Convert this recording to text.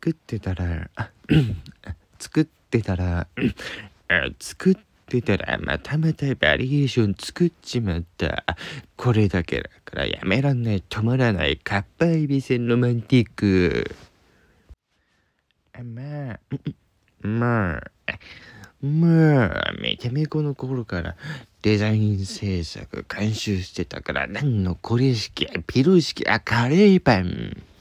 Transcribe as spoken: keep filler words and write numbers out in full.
作ってたらあ作ってたらあ作ってたらまたまたバリエーション作っちまった。これだけだからやめらんない、止まらない、かっぱえびせんロマンティック。まあまあまあめちゃめちゃこの頃からデザイン制作監修してたから、なんのこれ式ピロ式あカレーパン